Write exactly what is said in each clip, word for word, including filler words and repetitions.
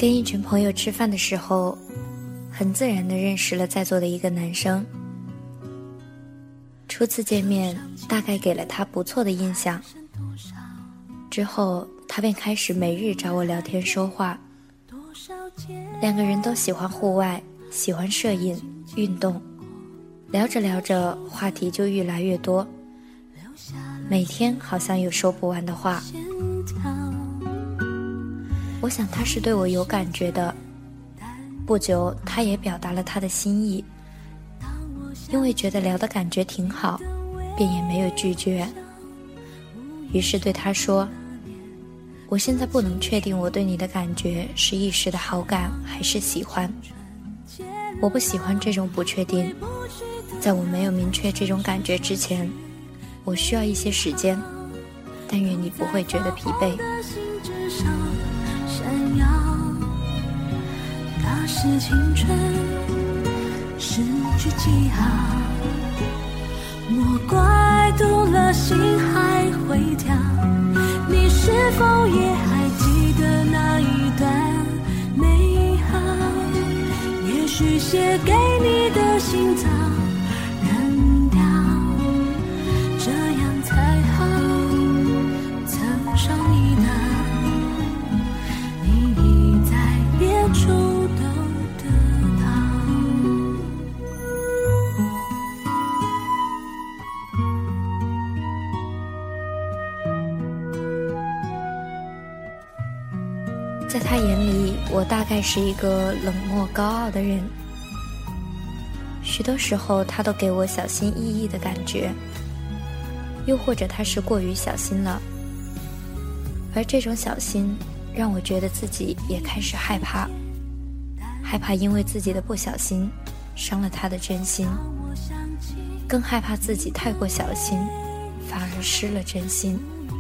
跟一群朋友吃饭的时候，很自然地认识了在座的一个男生。初次见面，大概给了他不错的印象。之后，他便开始每日找我聊天说话。两个人都喜欢户外，喜欢摄影、运动，聊着聊着，话题就越来越多。每天好像有说不完的话。我想他是对我有感觉的。不久，他也表达了他的心意。因为觉得聊的感觉挺好，便也没有拒绝。于是对他说，我现在不能确定我对你的感觉是一时的好感还是喜欢。我不喜欢这种不确定，在我没有明确这种感觉之前，我需要一些时间，但愿你不会觉得疲惫。 那是青春失去记号，莫怪读了心还会跳。你是否也还记得那一段美好？也许写给你的信早扔掉，这样才好。曾伤你的，你已在别处都得到。 在他眼里，我大概是一个冷漠高傲的人。许多时候他都给我小心翼翼的感觉，又或者他是过于小心了。而这种小心让我觉得自己也开始害怕，害怕因为自己的不小心伤了他的真心，更害怕自己太过小心反而失了真心。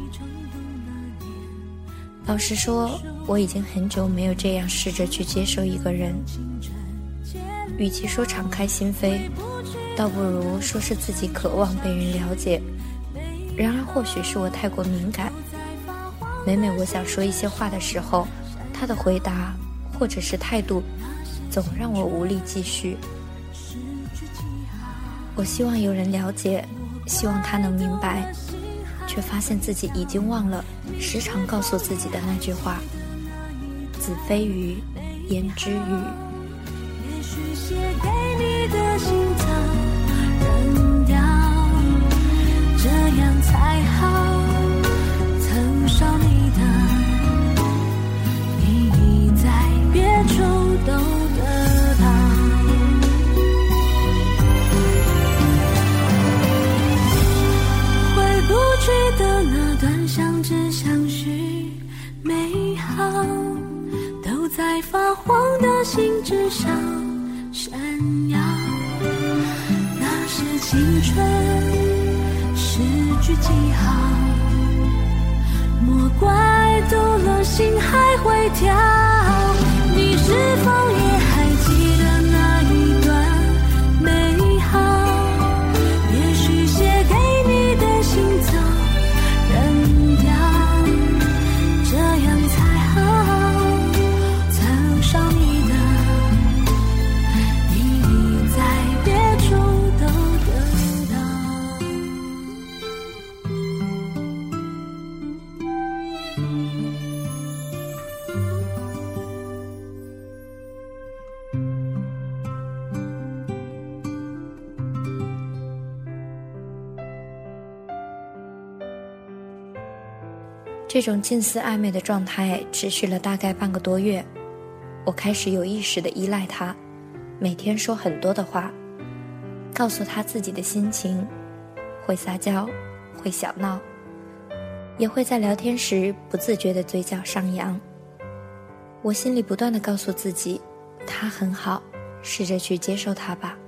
老实说，我已经很久没有这样试着去接受一个人。与其说敞开心扉，倒不如说是自己渴望被人了解。然而或许是我太过敏感，每每我想说一些话的时候，他的回答或者是态度总让我无力继续。我希望有人了解，希望他能明白，却发现自己已经忘了时常告诉自己的那句话：子非鱼，焉知鱼。 也许写给你的信早扔掉，这样才好。曾伤你的，你已在别处都得到。回不去的那段相知相许美好，都在发黄的信纸上闪耀。那是青春失去记号，莫怪读了心还会跳。你是否也还记得那一段美好？也许写给你的信早扔掉，这样才好。曾伤你的，你已在别处都得到。 这种近似暧昧的状态持续了大概半个多月，我开始有意识地依赖他，每天说很多的话，告诉他自己的心情，会撒娇，会小闹，也会在聊天时不自觉地嘴角上扬。我心里不断地告诉自己，他很好，试着去接受他吧。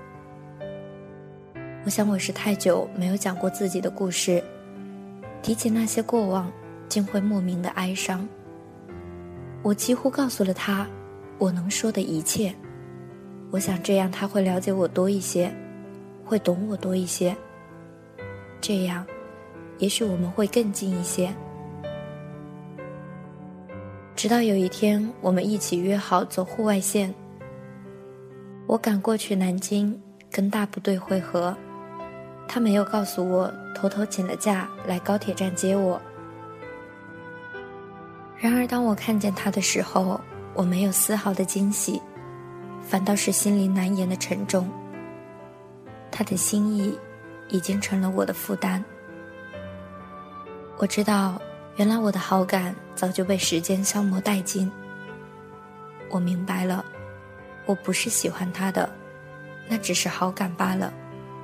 我想我是太久没有讲过自己的故事，提起那些过往，竟会莫名的哀伤。我几乎告诉了他我能说的一切，我想这样他会了解我多一些，会懂我多一些，这样也许我们会更近一些。 直到有一天我们一起约好走户外线，我赶过去南京跟大部队会合，他没有告诉我，偷偷请了假来高铁站接我。然而当我看见他的时候，我没有丝毫的惊喜，反倒是心里难言的沉重。他的心意已经成了我的负担。我知道，原来我的好感早就被时间消磨殆尽。我明白了，我不是喜欢他的，那只是好感罢了。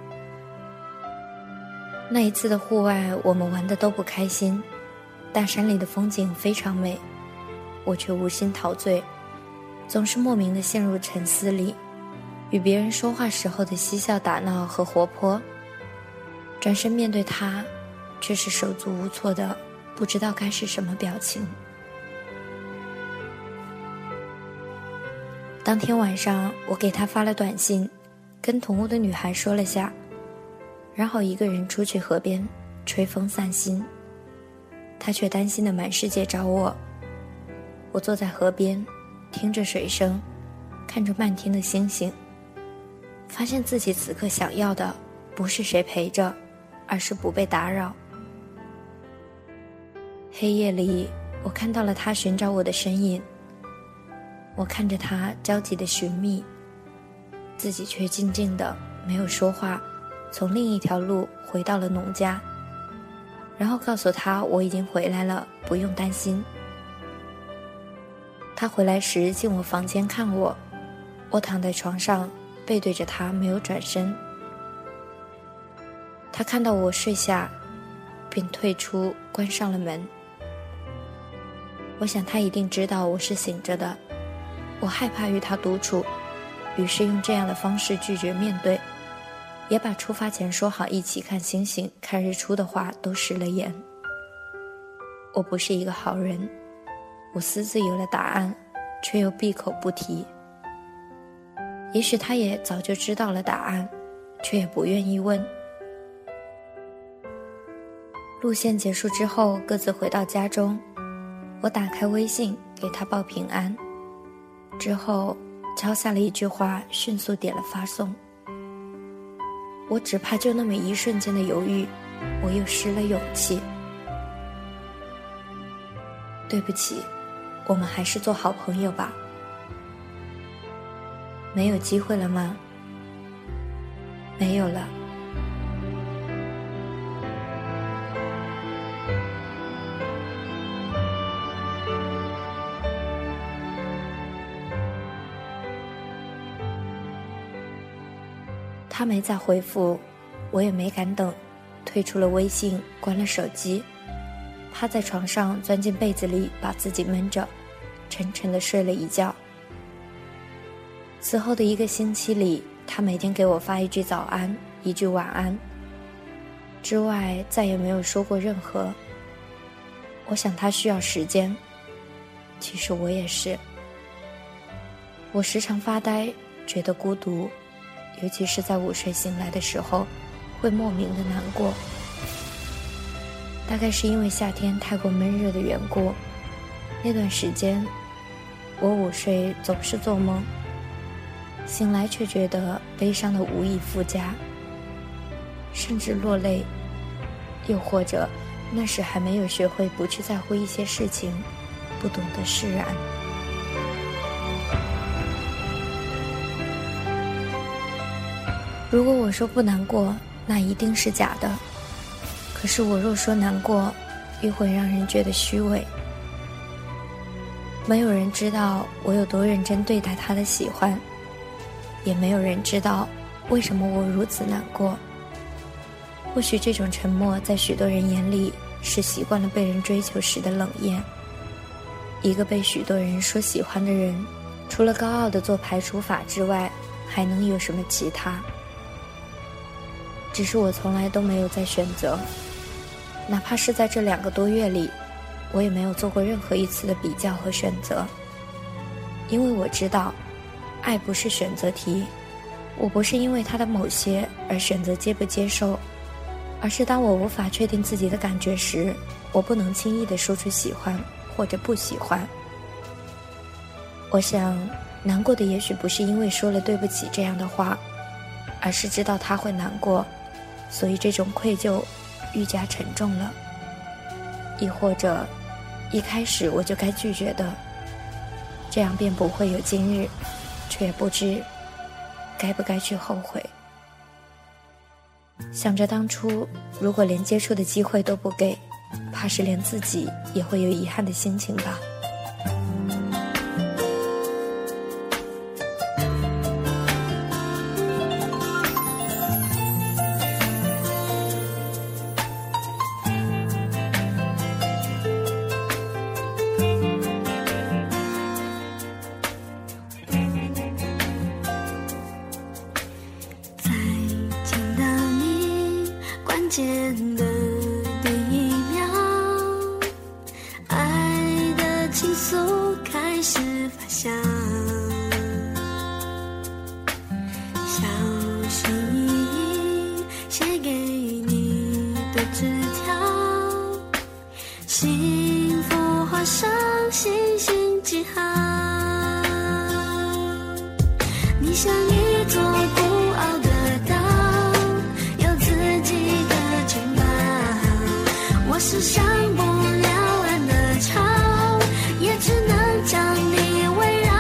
那一次的户外，我们玩得都不开心，大山里的风景非常美，我却无心陶醉，总是莫名地陷入沉思里，与别人说话时候的嬉笑打闹和活泼，转身面对他，却是手足无措的，不知道该是什么表情。当天晚上，我给他发了短信，跟同屋的女孩说了下，然后一个人出去河边吹风散心。他却担心的满世界找我。我坐在河边，听着水声，看着漫天的星星，发现自己此刻想要的不是谁陪着，而是不被打扰。黑夜里，我看到了他寻找我的身影，我看着他焦急的寻觅，自己却静静的没有说话，从另一条路回到了农家，然后告诉他我已经回来了，不用担心。他回来时进我房间看我，我躺在床上背对着他，没有转身。他看到我睡下，便退出，关上了门。我想他一定知道我是醒着的，我害怕与他独处，于是用这样的方式拒绝面对，也把出发前说好一起看星星看日出的话都食了言。我不是一个好人，我私自有了答案，却又闭口不提。也许他也早就知道了答案，却也不愿意问。路线结束之后，各自回到家中，我打开微信给他报平安，之后敲下了一句话，迅速点了发送。我只怕就那么一瞬间的犹豫，我又失了勇气。对不起，我们还是做好朋友吧。没有机会了吗？没有了。他没再回复，我也没敢等，退出了微信，关了手机，趴在床上钻进被子里，把自己闷着，沉沉地睡了一觉。此后的一个星期里，他每天给我发一句早安，一句晚安，之外再也没有说过任何。我想他需要时间，其实我也是。我时常发呆，觉得孤独，尤其是在午睡醒来的时候，会莫名的难过。大概是因为夏天太过闷热的缘故，那段时间我午睡总是做梦，醒来却觉得悲伤的无以复加，甚至落泪。又或者那时还没有学会不去在乎一些事情，不懂得释然。如果我说不难过，那一定是假的。可是我若说难过，又会让人觉得虚伪。没有人知道我有多认真对待他的喜欢，也没有人知道为什么我如此难过。或许这种沉默在许多人眼里是习惯了被人追求时的冷艳。一个被许多人说喜欢的人，除了高傲的做排除法之外，还能有什么其他？只是我从来都没有在选择，哪怕是在这两个多月里，我也没有做过任何一次的比较和选择。因为我知道，爱不是选择题，我不是因为他的某些而选择接不接受，而是当我无法确定自己的感觉时，我不能轻易地说出喜欢或者不喜欢， 我想难过的也许不是因为说了对不起这样的话，而是知道他会难过，所以这种愧疚愈加沉重了。亦或者一开始我就该拒绝的，这样便不会有今日，却不知该不该去后悔。想着当初如果连接触的机会都不给，怕是连自己也会有遗憾的心情吧。 见的第一秒，爱的情愫开始发酵，小心翼翼写给你的纸条，幸福画上星星记号，你像一座孤傲的我是上不了岸的潮，也只能将你围绕。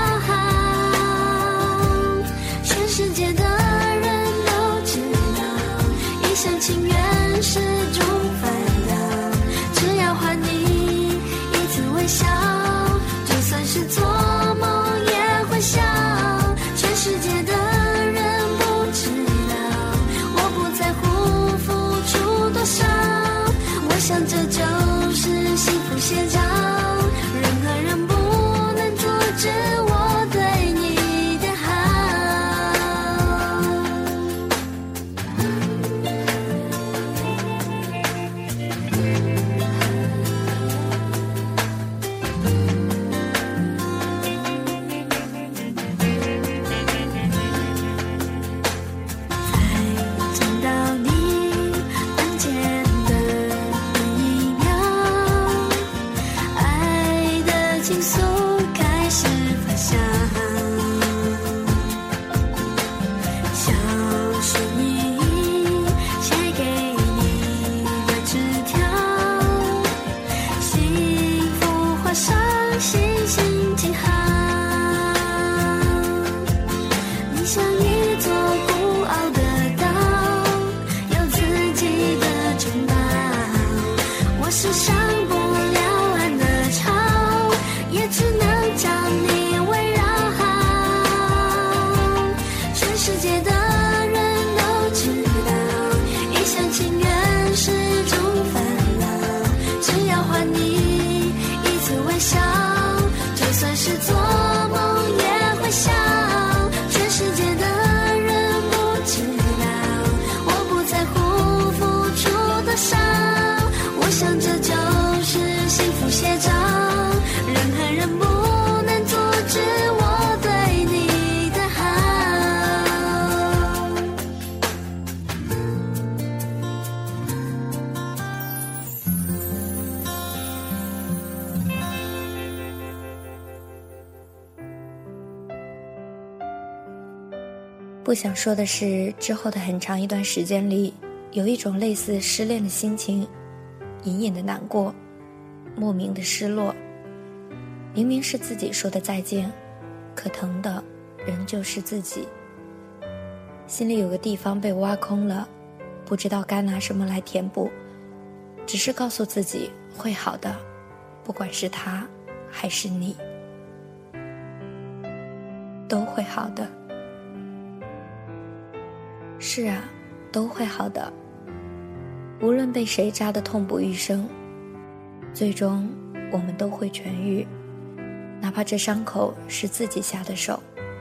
全世界的人都知道，一厢情愿是种烦恼。只要换你一次微笑，就算是做梦也会笑。全世界的人不知道，我不在乎付出多少。我想这就是幸福写照，任何人不能阻止我对你的好。才见到你关键情愫开始发酵，小心翼翼写给你的纸条，幸福画上星星记号，你像一座孤傲的岛，有自己的城堡，我是上不了岸的潮，也只能将你围绕。全世界的人都知道，一厢情愿是种烦恼。只要换你一次微笑，就算是做梦也会笑。全世界的人不知道，我不在乎付出多少。我想这就是幸福写照，任何人不能阻止我对你的好。 不想说的是，之后的很长一段时间里，有一种类似失恋的心情，隐隐的难过，莫名的失落。明明是自己说的再见，可疼的仍旧是自己。心里有个地方被挖空了，不知道该拿什么来填补，只是告诉自己会好的，不管是他还是你，都会好的。是啊，都会好的。无论被谁扎得痛不欲生，最终我们都会痊愈，哪怕这伤口是自己下的手。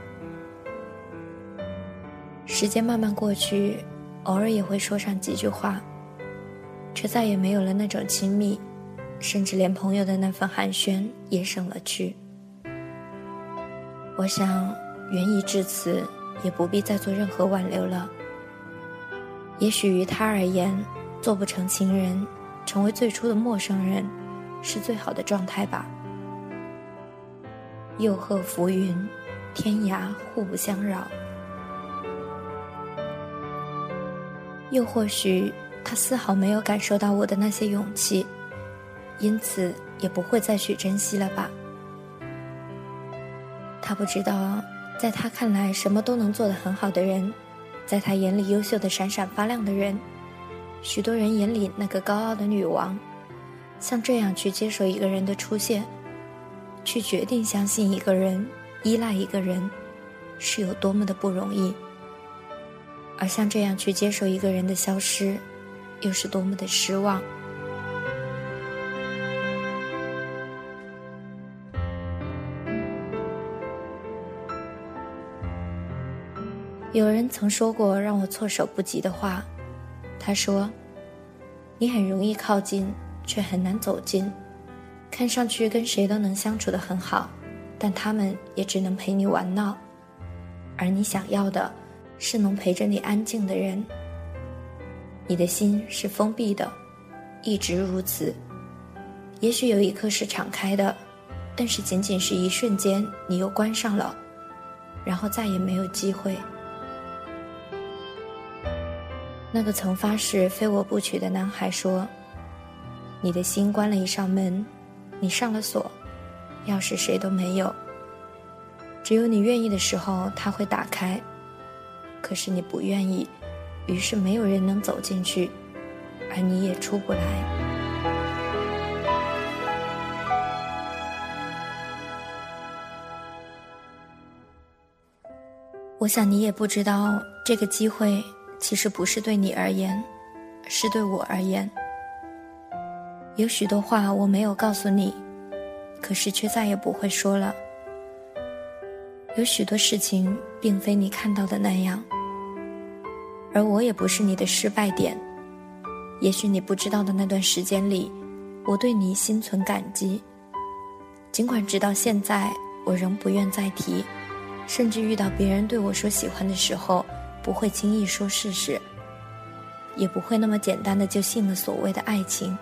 时间慢慢过去，偶尔也会说上几句话，却再也没有了那种亲密，甚至连朋友的那份寒暄也省了去。我想缘已至此，也不必再做任何挽留了。也许于他而言，做不成情人，成为最初的陌生人，是最好的状态吧。 又壑浮云，天涯互不相扰。又或许他丝毫没有感受到我的那些勇气，因此也不会再去珍惜了吧。他不知道，在他看来什么都能做得很好的人，在他眼里优秀的闪闪发亮的人，许多人眼里那个高傲的女王，像这样去接受一个人的出现，去决定相信一个人，依赖一个人，是有多么的不容易。而像这样去接受一个人的消失，又是多么的失望。有人曾说过让我措手不及的话，他说，你很容易靠近，却很难走近，看上去跟谁都能相处得很好，但他们也只能陪你玩闹，而你想要的是能陪着你安静的人。你的心是封闭的，一直如此，也许有一刻是敞开的，但是仅仅是一瞬间你又关上了，然后再也没有机会。那个曾发誓非我不娶的男孩说，你的心关了一扇门，你上了锁，钥匙谁都没有，只有你愿意的时候它会打开，可是你不愿意，于是没有人能走进去，而你也出不来。我想你也不知道，这个机会其实不是对你而言，是对我而言。有许多话我没有告诉你，可是却再也不会说了。有许多事情并非你看到的那样，而我也不是你的失败点。也许你不知道的那段时间里，我对你心存感激，尽管直到现在我仍不愿再提，甚至遇到别人对我说喜欢的时候，不会轻易说试试，也不会那么简单的就信了所谓的爱情。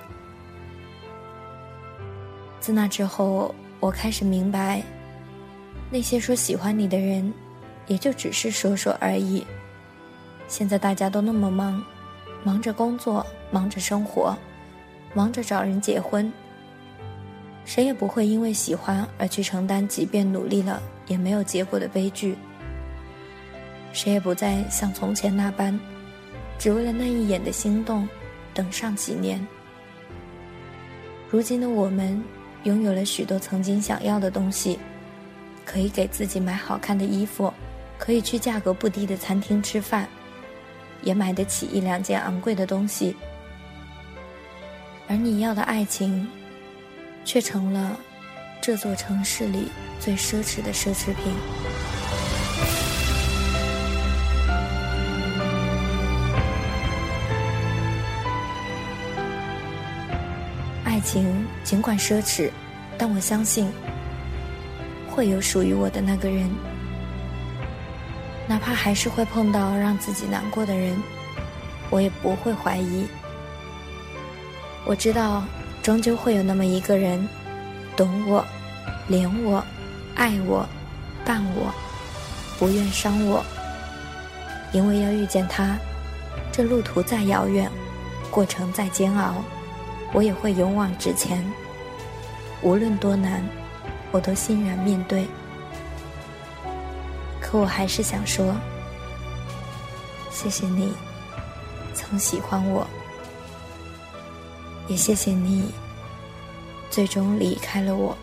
自那之后，我开始明白，那些说喜欢你的人，也就只是说说而已。现在大家都那么忙，忙着工作，忙着生活，忙着找人结婚，谁也不会因为喜欢而去承担即便努力了也没有结果的悲剧。谁也不再像从前那般，只为了那一眼的心动，等上几年。如今的我们，拥有了许多曾经想要的东西，可以给自己买好看的衣服，可以去价格不低的餐厅吃饭，也买得起一两件昂贵的东西。而你要的爱情，却成了这座城市里最奢侈的奢侈品。爱情尽管奢侈，但我相信会有属于我的那个人，哪怕还是会碰到让自己难过的人，我也不会怀疑。我知道终究会有那么一个人，懂我，怜我，爱我，伴我，不愿伤我。因为要遇见他，这路途再遥远，过程再煎熬，我也会勇往直前，无论多难，我都欣然面对。可我还是想说，谢谢你曾喜欢我，也谢谢你最终离开了我。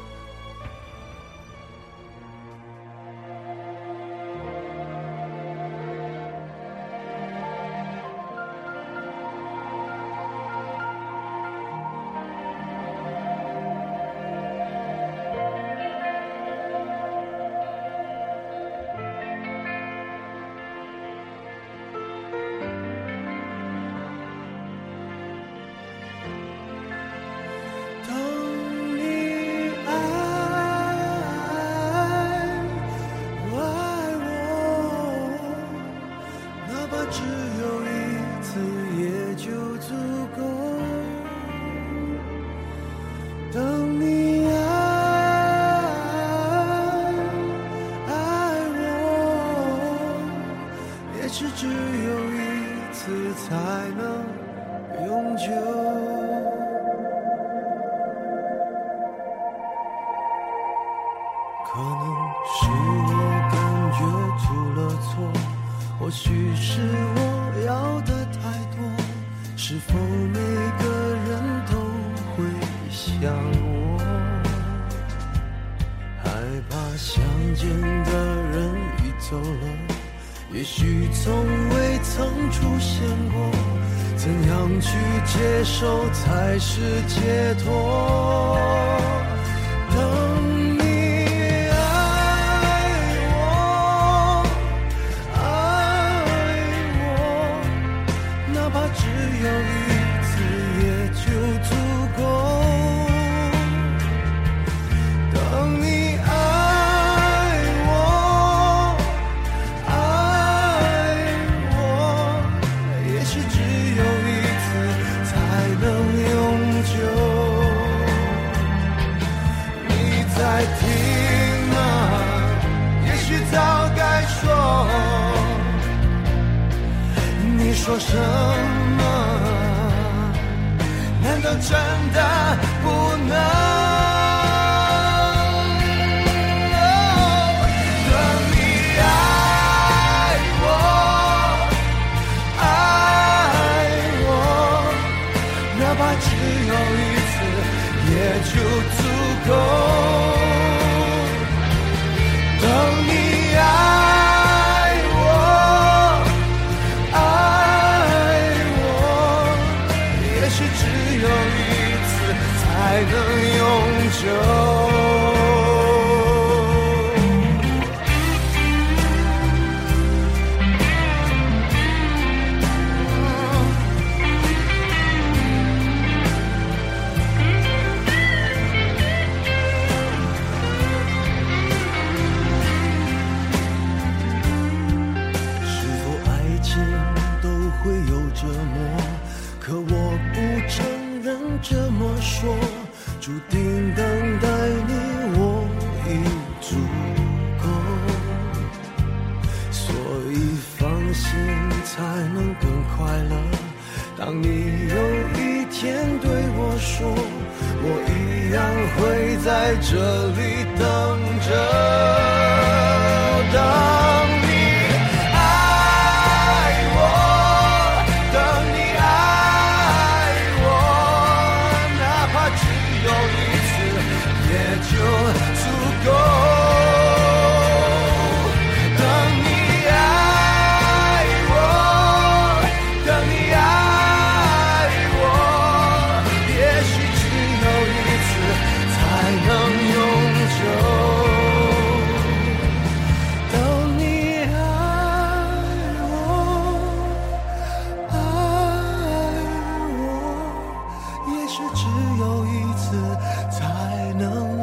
只有一次才能永久。可能是我感觉出了错，或许是我要的太多，是否每个人都会像我，害怕相见的人已走了，也许从未曾出现过，怎样去接受才是解脱？等你爱我，爱我，哪怕只有一次也就足够。等你爱我，爱我，也许只有一次才能永久。你在听吗？也许早该说，你说什么？难道真的不能？就足够。等你爱我，爱我，也许只有一次才能永久。会有折磨，可我不承认这么说，注定等待你我已足够，所以放心才能更快乐。当你有一天对我说，我一样会在这里等着。当你就足够。等你爱我，等你爱我，也许只有一次才能永久。等你爱我，爱我，也许只有一次才能